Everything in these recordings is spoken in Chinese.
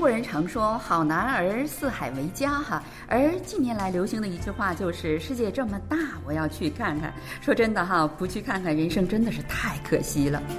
国人常说好男儿四海为家哈，而近年来流行的一句话就是世界这么大，我要去看看。说真的哈，不去看看人生真的是太可惜了。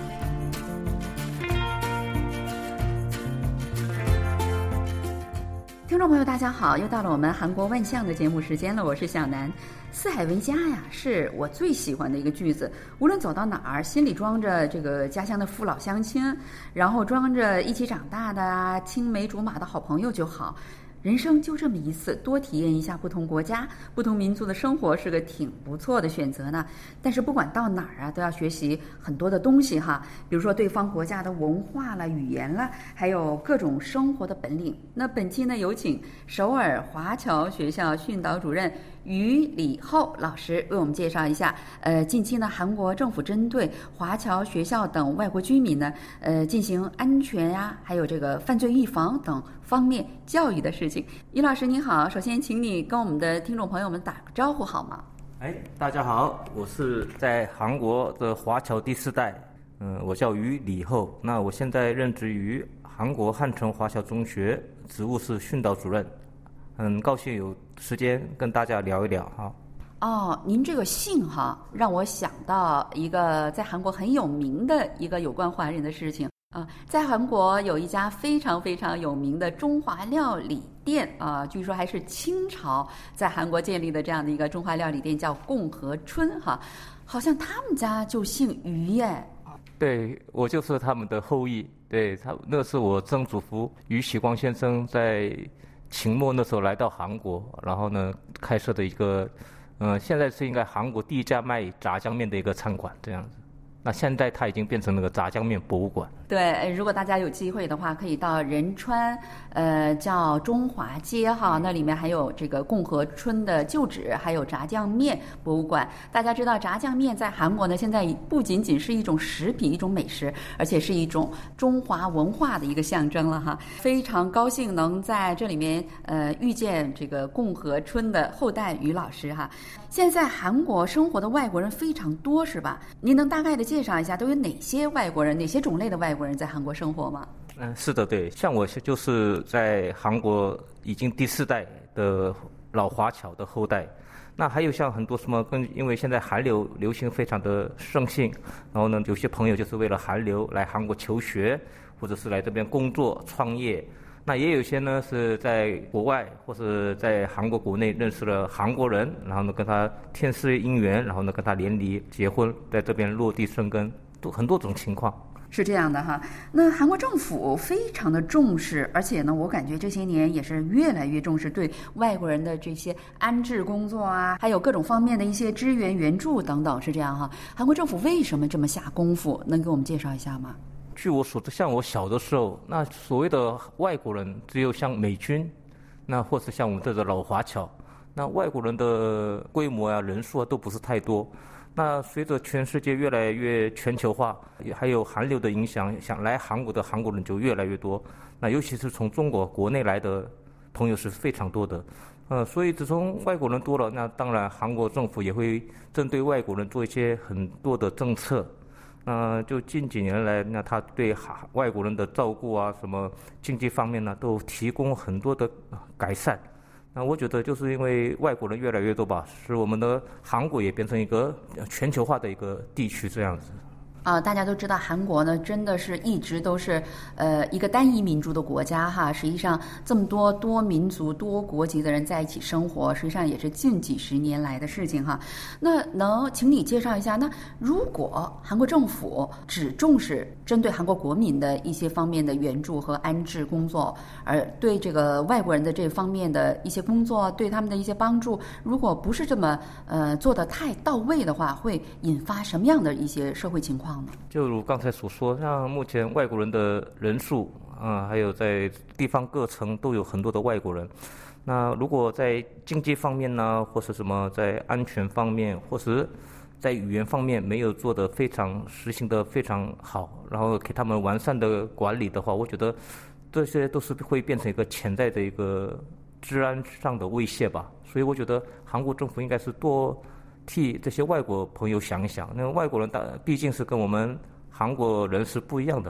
听众朋友大家好，又到了我们韩国万象的节目时间了，我是小南。四海为家呀，是我最喜欢的一个句子。无论走到哪儿，心里装着这个家乡的父老乡亲，然后装着一起长大的青梅竹马的好朋友就好。人生就这么一次，多体验一下不同国家、不同民族的生活是个挺不错的选择呢。但是不管到哪儿啊，都要学习很多的东西哈，比如说对方国家的文化啦、语言啦，还有各种生活的本领。那本期呢，有请首尔华侨学校训导主任于礼厚老师为我们介绍一下，近期呢，韩国政府针对华侨学校等外国居民呢，进行安全呀，还有这个犯罪预防等方面教育的事情。于老师您好，首先请你跟我们的听众朋友们打个招呼好吗？ 大家好，我是在韩国的华侨第4代，我叫于礼厚。那我现在任职于韩国汉城华侨中学，职务是训导主任。很高兴有时间跟大家聊一聊哈。 哦，您这个姓哈，让我想到一个在韩国很有名的一个有关华人的事情啊。在韩国有一家非常非常有名的中华料理店啊，据说还是清朝在韩国建立的这样的一个中华料理店，叫共和春哈。好像他们家就姓于耶。 对，我就是他们的后裔。对，那是我曾祖父于喜光先生在清末那时候来到韩国，然后呢开设的一个，现在是应该韩国第一家卖炸酱面的一个餐馆这样子。那现在它已经变成那个炸酱面博物馆。 对，如果大家有机会的话，可以到仁川，叫中华街哈，那里面还有这个共和春的旧址，还有炸酱面博物馆。大家知道炸酱面在韩国呢，现在不仅仅是一种食品、一种美食，而且是一种中华文化的一个象征了哈。非常高兴能在这里面遇见这个共和春的后代于老师哈。现在韩国生活的外国人非常多是吧？您能大概的介绍一下都有哪些外国人、哪些种类的外国人在韩国生活吗？ 是的，对，像我就是在韩国已经第4代的老华侨的后代。那还有像很多什么因为现在韩流流行非常的盛行，然后呢，有些朋友就是为了韩流来韩国求学，或者是来这边工作创业。那也有些呢是在国外或是在韩国国内认识了韩国人，然后呢跟他天赐姻缘，然后呢跟他联理结婚，在这边落地生根，都很多种情况。 是这样的哈，那韩国政府非常的重视，而且呢，我感觉这些年也是越来越重视对外国人的这些安置工作啊，还有各种方面的一些支援援助等等，是这样哈。韩国政府为什么这么下功夫？能给我们介绍一下吗？ 据我所知，像我小的时候，那所谓的外国人只有像美军，那或是像我们这个老华侨，那外国人的规模啊、人数啊都不是太多。那随着全世界越来越全球化，还有韩流的影响，想来韩国的韩国人就越来越多。那尤其是从中国国内来的朋友是非常多的。所以自从外国人多了，那当然韩国政府也会针对外国人做一些很多的政策。就近几年来，那他对外国人的照顾啊，什么经济方面呢，都提供很多的改善。那我觉得就是因为外国人越来越多吧，使我们的韩国也变成一个全球化的一个地区这样子。 大家都知道韩国呢，真的是一直都是一个单一民族的国家哈。实际上，这么多民族、多国籍的人在一起生活，实际上也是近几十年来的事情哈。那能请你介绍一下，那如果韩国政府只重视针对韩国国民的一些方面的援助和安置工作，而对这个外国人的这方面的一些工作，对他们的一些帮助，如果不是这么做得太到位的话，会引发什么样的一些社会情况？ 就如刚才所说，像目前外国人的人数还有在地方各城都有很多的外国人。那如果在经济方面呢，或是什么在安全方面，或是在语言方面没有做得实行得非常好，然后给他们完善的管理的话，我觉得这些都是会变成一个潜在的一个治安上的威胁吧。所以我觉得韩国政府应该是多替这些外国朋友想一想，那外国人毕竟是跟我们韩国人是不一样的，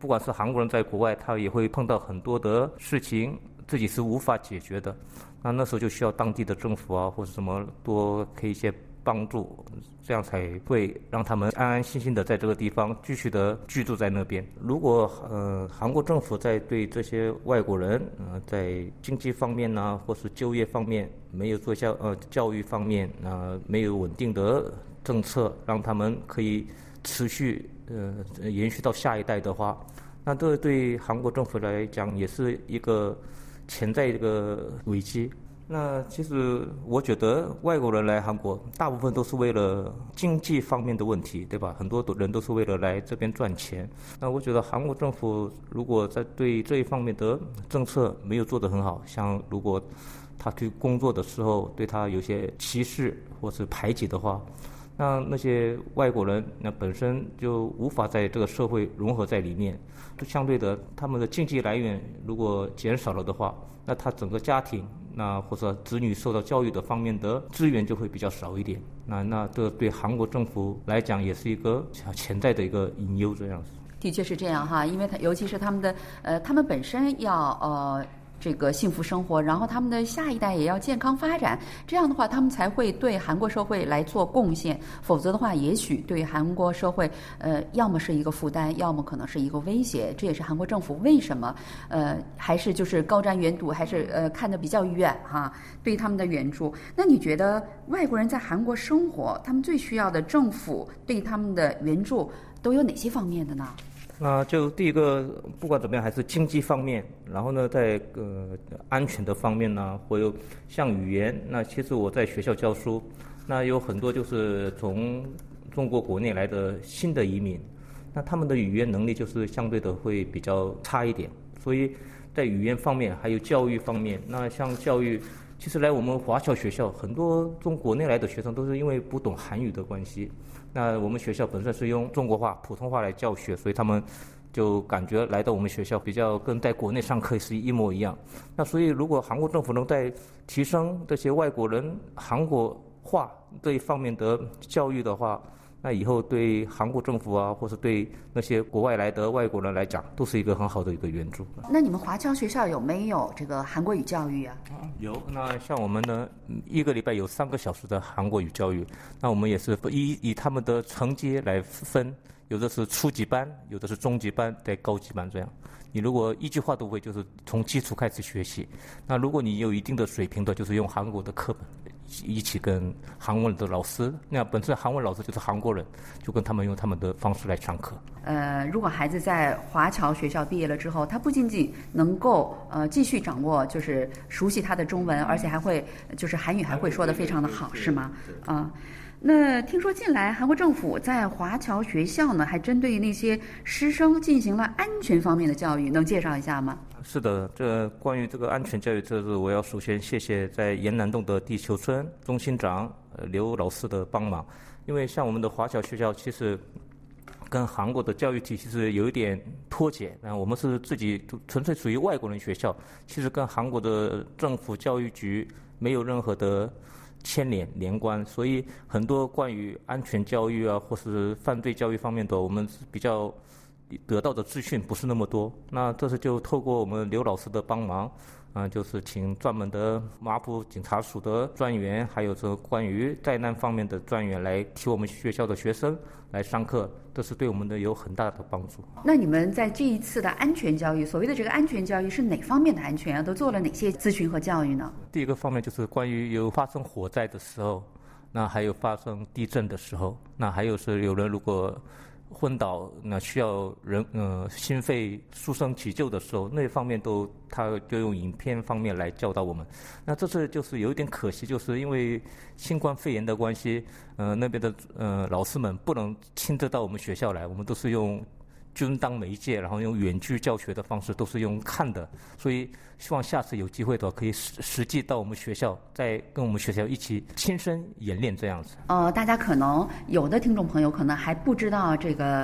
不管是韩国人在国外，他也会碰到很多的事情，自己是无法解决的。那时候就需要当地的政府啊，或者什么多给一些帮助，这样才会让他们安安心心的在这个地方继续的居住在那边。如果韩国政府在对这些外国人在经济方面呢，或是就业方面没有做教育方面没有稳定的政策，让他们可以持续延续到下一代的话，那这对韩国政府来讲也是一个潜在一个危机。那其实我觉得外国人来韩国大部分都是为了经济方面的问题，对吧？很多人都是为了来这边赚钱。那我觉得韩国政府如果在对这一方面的政策没有做得很好，像如果他去工作的时候对他有些歧视或是排挤的话，那些外国人本身就无法在这个社会融合在里面，就相对的他们的经济来源如果减少了的话，那他整个家庭或者子女受到教育的方面的资源就会比较少一点。那这对韩国政府来讲也是一个潜在的一个隐忧这样子。 的确是这样哈，因为尤其是他们本身要这个幸福生活，然后他们的下一代也要健康发展，这样的话他们才会对韩国社会来做贡献，否则的话也许对韩国社会要么是一个负担，要么可能是一个威胁。这也是韩国政府为什么还是就是高瞻远瞩，还是看得比较远哈，对他们的援助。那你觉得外国人在韩国生活，他们最需要的政府对他们的援助都有哪些方面的呢？ 那就第一个，不管怎么样，还是经济方面。然后呢，在安全的方面呢，或有像语言。那其实我在学校教书，那有很多就是从中国国内来的新的移民，那他们的语言能力就是相对的会比较差一点。所以在语言方面，还有教育方面，那像教育，其实来我们华侨学校，很多从国内来的学生都是因为不懂韩语的关系。那我们学校本身是用中国话、普通话来教学，所以他们就感觉来到我们学校比较跟在国内上课是一模一样。那所以如果韩国政府能在提升这些外国人韩国话这一方面的教育的话，那以后对韩国政府啊，或是对那些国外来的外国人来讲，都是一个很好的一个援助。 那你们华侨学校有没有这个韩国语教育啊？ 有。那像我们呢，一个礼拜有3个小时的韩国语教育。那我们也是以他们的成绩来分，有的是初级班，有的是中级班，在高级班这样。你如果一句话都不会，就是从基础开始学习。那如果你有一定的水平的，就是用韩国的课本一起跟韩文的老师，那本身韩文老师就是韩国人，就跟他们用他们的方式来上课。 如果孩子在华侨学校毕业了之后，他不仅仅能够继续掌握就是熟悉他的中文，而且还会就是韩语还会说得非常的好，是吗？那听说近来韩国政府在华侨学校呢，还针对那些师生进行了安全方面的教育，能介绍一下吗？ 是的，这关于这个安全教育，这是我要首先谢谢在延南洞的地球村中心长刘老师的帮忙。因为像我们的华侨学校，其实跟韩国的教育体系是有一点脱节。那我们是自己纯粹属于外国人学校，其实跟韩国的政府教育局没有任何的连关，所以很多关于安全教育啊，或是犯罪教育方面的，我们比较得到的资讯不是那么多。那这次就透过我们刘老师的帮忙，就是请专门的马浦警察署的专员，还有这关于灾难方面的专员来替我们学校的学生来上课，这是对我们的有很大的帮助。 那你们在这一次的安全教育，所谓的这个安全教育是哪方面的安全啊？都做了哪些咨询和教育呢？ 第一个方面就是关于有发生火灾的时候，那还有发生地震的时候，那还有是有人如果昏倒，那需要心肺速生急救的时候，那方面他就用影片方面来教导我们。那这次就是有一点可惜，就是因为新冠肺炎的关系，那边的老师们不能亲自到我们学校来，我们都是用均当媒介，然后用远距教学的方式，都是用看的。所以希望下次有机会的话，可以实际到我们学校，再跟我们学校一起亲身演练这样子。 大家可能有的听众朋友可能还不知道这个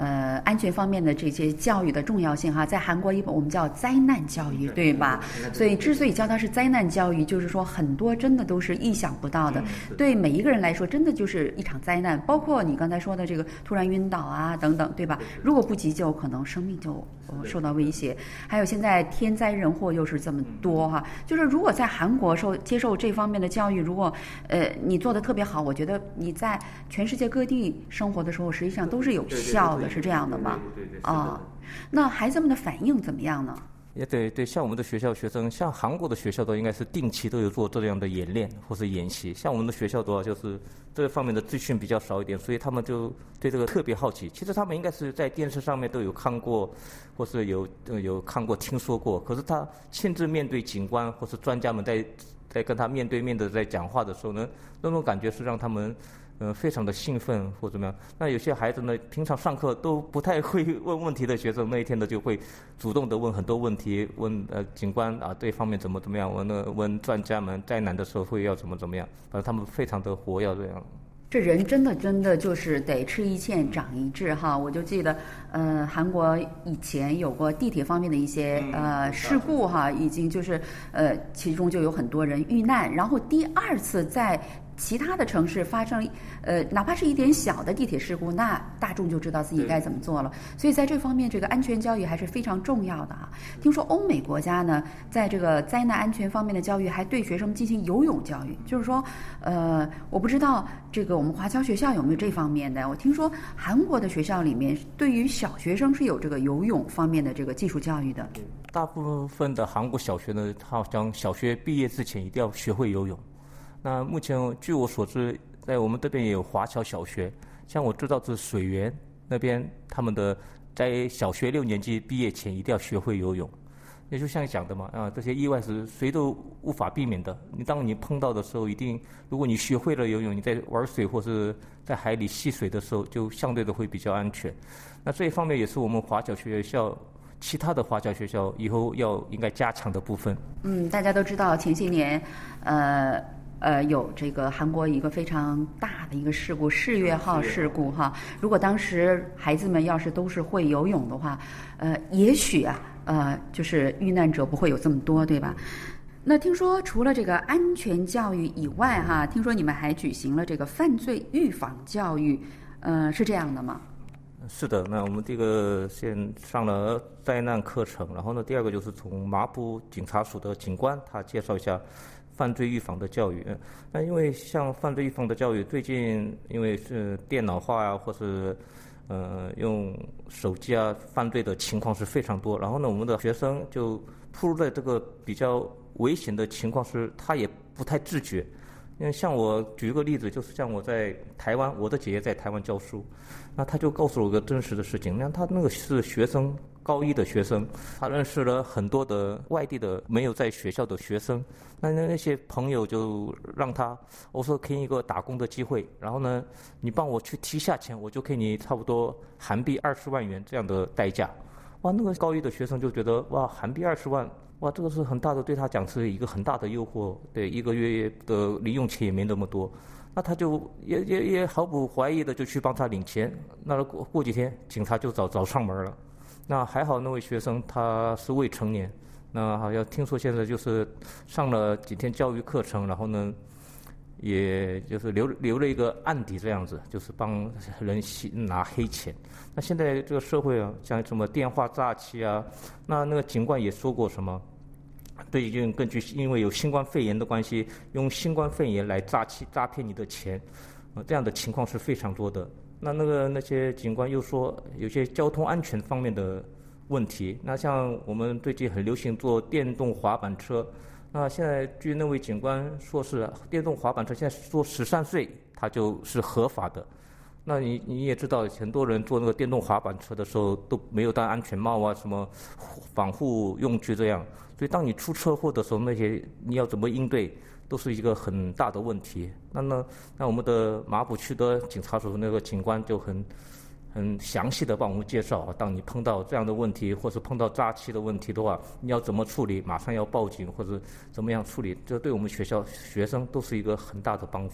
安全方面的这些教育的重要性哈，在韩国我们叫灾难教育，对吧？所以之所以叫它是灾难教育，就是说很多真的都是意想不到的，对每一个人来说真的就是一场灾难，包括你刚才说的这个突然晕倒啊等等，对吧？如果不急救，可能生命就受到威胁。还有现在天灾人祸又是这么多哈，就是如果在韩国接受这方面的教育，如果你做的特别好，我觉得你在全世界各地生活的时候，实际上都是有效的，是这样的吗？那孩子们的反应怎么样呢？ 也对，像我们的学校学生，像韩国的学校都应该是定期都有做这样的演练或是演习。像我们的学校的话，就是这方面的资讯比较少一点，所以他们就对这个特别好奇。其实他们应该是在电视上面都有看过，或是有看过、听说过。可是他亲自面对警官或是专家们在跟他面对面的在讲话的时候呢，那种感觉是让他们非常的兴奋或怎么样。那有些孩子呢，平常上课都不太会问问题的学生，那一天呢就会主动的问很多问题，问警官啊这方面怎么样，问专家们灾难的时候会要怎么样，反正他们非常的活跃这样。 这人真的就是得吃一堑长一智哈。我就记得韩国以前有过地铁方面的一些事故哈，已经就是其中就有很多人遇难，然后第二次在其他的城市发生哪怕是一点小的地铁事故，那大众就知道自己该怎么做了。所以在这方面，这个安全教育还是非常重要的哈。听说欧美国家呢，在这个灾难安全方面的教育，还对学生进行游泳教育。就是说，我不知道这个我们华侨学校有没有这方面的。我听说韩国的学校里面，对于小学生是有这个游泳方面的这个技术教育的。 大部分的韩国小学呢，好像小学毕业之前一定要学会游泳。那目前据我所知，在我们这边也有华侨小学，像我知道是水源那边，他们的在小学6年级毕业前一定要学会游泳。也就像讲的嘛，这些意外是谁都无法避免的。当你碰到的时候，一定如果你学会了游泳，你在玩水或是在海里戏水的时候，就相对的会比较安全。那这一方面也是我们华侨学校其他的华侨学校以后应该加强的部分。 大家都知道前些年有这个韩国一个非常大的一个事故，世越号事故哈。如果当时孩子们要是都是会游泳的话，也许就是遇难者不会有这么多，对吧？那听说除了这个安全教育以外哈，听说你们还举行了这个犯罪预防教育，是这样的吗？ 是的，那我们这个先上了灾难课程，然后呢，第二个就是从马浦警察署的警官他介绍一下犯罪预防的教育。那因为像犯罪预防的教育，最近因为是电脑化啊，或是用手机啊，犯罪的情况是非常多。然后呢，我们的学生就暴露在这个比较危险的情况是，他也不太自觉。因为像我举一个例子，就是像我在台湾，我的姐姐在台湾教书，那她就告诉我一个真实的事情。那她那个是学生，高1的学生，她认识了很多的外地的没有在学校的学生。那些朋友就让他，我说给你一个打工的机会，然后呢，你帮我去提下钱，我就给你差不多韩币20万元这样的代价。哇，那个高1的学生就觉得哇，韩币20万。哇，这个是很大的，对他讲是一个很大的诱惑。对，一个月的零用钱也没那么多，那他就也毫不怀疑的就去帮他领钱。那过几天，警察就找上门了。那还好，那位学生他是未成年。那好像听说现在就是上了几天教育课程，然后呢，也就是留了一个案底这样子，就是帮人拿黑钱。那现在这个社会啊，像什么电话诈欺啊，那个警官也说过什么。最近根据因为有新冠肺炎的关系，用新冠肺炎来诈骗你的钱，这样的情况是非常多的。那些警官又说有些交通安全方面的问题。那像我们最近很流行坐电动滑板车，那现在据那位警官说是电动滑板车现在坐13岁它就是合法的。那你也知道，很多人坐那个电动滑板车的时候都没有戴安全帽啊，什么防护用具这样，所以当你出车祸的时候，那些你要怎么应对，都是一个很大的问题。那我们的马浦区的警察署那个警官就很详细的帮我们介绍，当你碰到这样的问题，或是碰到诈欺的问题的话，你要怎么处理，马上要报警或者怎么样处理，这对我们学校学生都是一个很大的帮助。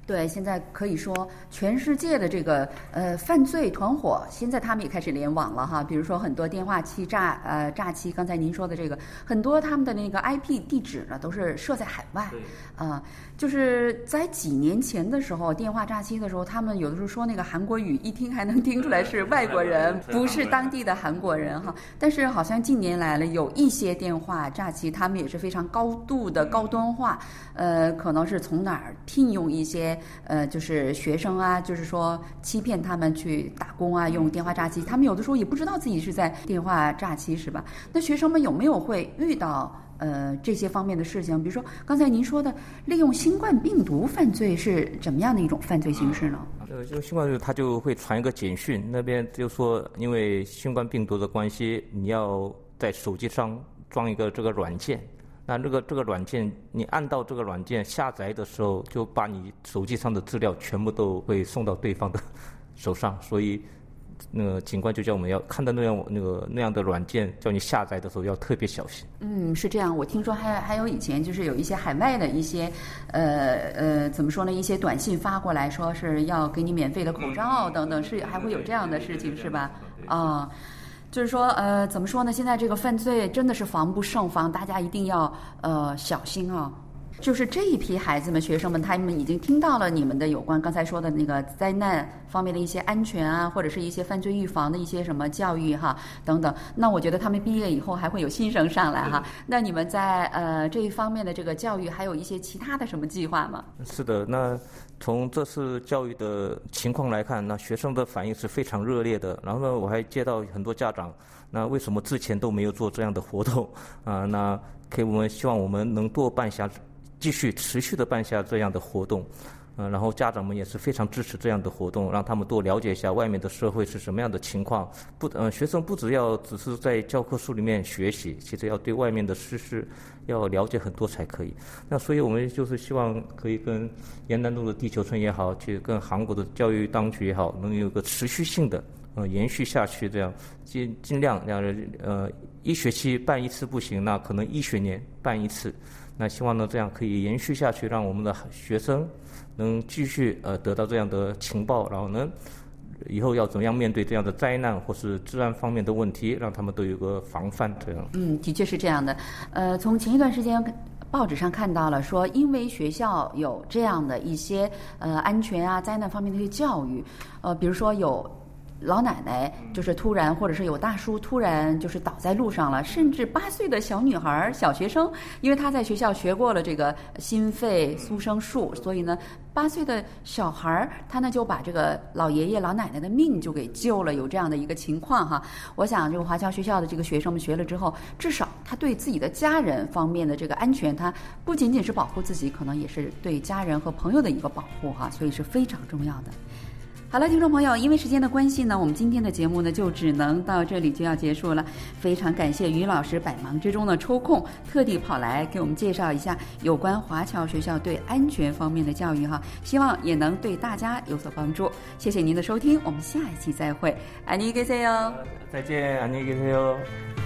对，现在可以说全世界的这个犯罪团伙，现在他们也开始联网了哈。比如说很多电话欺诈欺，刚才您说的这个，很多他们的那个 IP 地址呢都是设在海外就是在几年前的时候，电话诈欺的时候，他们有的时候说那个韩国语，一听还能听出来是外国人，不是当地的韩国人哈。但是好像近年来了，有一些电话诈欺，他们也是非常高度的高端化，可能是从哪儿聘用一些就是学生啊，就是说欺骗他们去打工啊，用电话诈欺，他们有的时候也不知道自己是在电话诈欺，是吧？那学生们有没有会遇到这些方面的事情？比如说刚才您说的利用新冠病毒犯罪是怎么样的一种犯罪形式呢？ 就新冠病毒，它就会传一个简讯，那边就说因为新冠病毒的关系，你要在手机上装一个这个软件。那这个软件，你按到这个软件下载的时候，就把你手机上的资料全部都会送到对方的手上，所以那个警官就叫我们要看到那样的软件，叫你下载的时候要特别小心。 是这样。我听说还有以前就是有一些海外的一些怎么说呢？一些短信发过来说是要给你免费的口罩等等，是还会有这样的事情是吧？就是说，怎么说呢？现在这个犯罪真的是防不胜防，大家一定要小心啊。就是这一批孩子们、学生们，他们已经听到了你们的有关刚才说的那个灾难方面的一些安全啊，或者是一些犯罪预防的一些什么教育哈等等。那我觉得他们毕业以后还会有新生上来哈。那你们在这一方面的这个教育，还有一些其他的什么计划吗？ 是的，那从这次教育的情况来看，那学生的反应是非常热烈的。然后呢，我还接到很多家长，那为什么之前都没有做这样的活动那我们希望我们能多办下。继续持续的办下这样的活动，然后家长们也是非常支持这样的活动，让他们多了解一下外面的社会是什么样的情况。学生不只是在教科书里面学习，其实要对外面的事实要了解很多才可以。那所以我们就是希望可以跟延南路的地球村也好，去跟韩国的教育当局也好，能有个持续性的延续下去，这样尽量一学期办一次不行，那可能一学年办一次。那希望呢，这样可以延续下去，让我们的学生能继续得到这样的情报，然后呢，以后要怎么样面对这样的灾难或是治安方面的问题，让他们都有个防范。这样。 的确是这样的。从前一段时间报纸上看到了，说因为学校有这样的一些安全啊、灾难方面的一些教育，比如说有。老奶奶就是突然，或者是有大叔突然就是倒在路上了，甚至8岁的小女孩、小学生，因为她在学校学过了这个心肺苏生术，所以呢，8岁的小孩他呢就把这个老爷爷老奶奶的命就给救了，有这样的一个情况哈。我想这个华侨学校的这个学生们学了之后，至少他对自己的家人方面的这个安全，他不仅仅是保护自己，可能也是对家人和朋友的一个保护哈，所以是非常重要的。好了，听众朋友，因为时间的关系呢，我们今天的节目呢就只能到这里就要结束了。非常感谢于老师百忙之中呢抽空特地跑来给我们介绍一下有关华侨学校对安全方面的教育哈，希望也能对大家有所帮助。谢谢您的收听，我们下一期再会，안녕히 계세요。 再见，안녕히 계세요。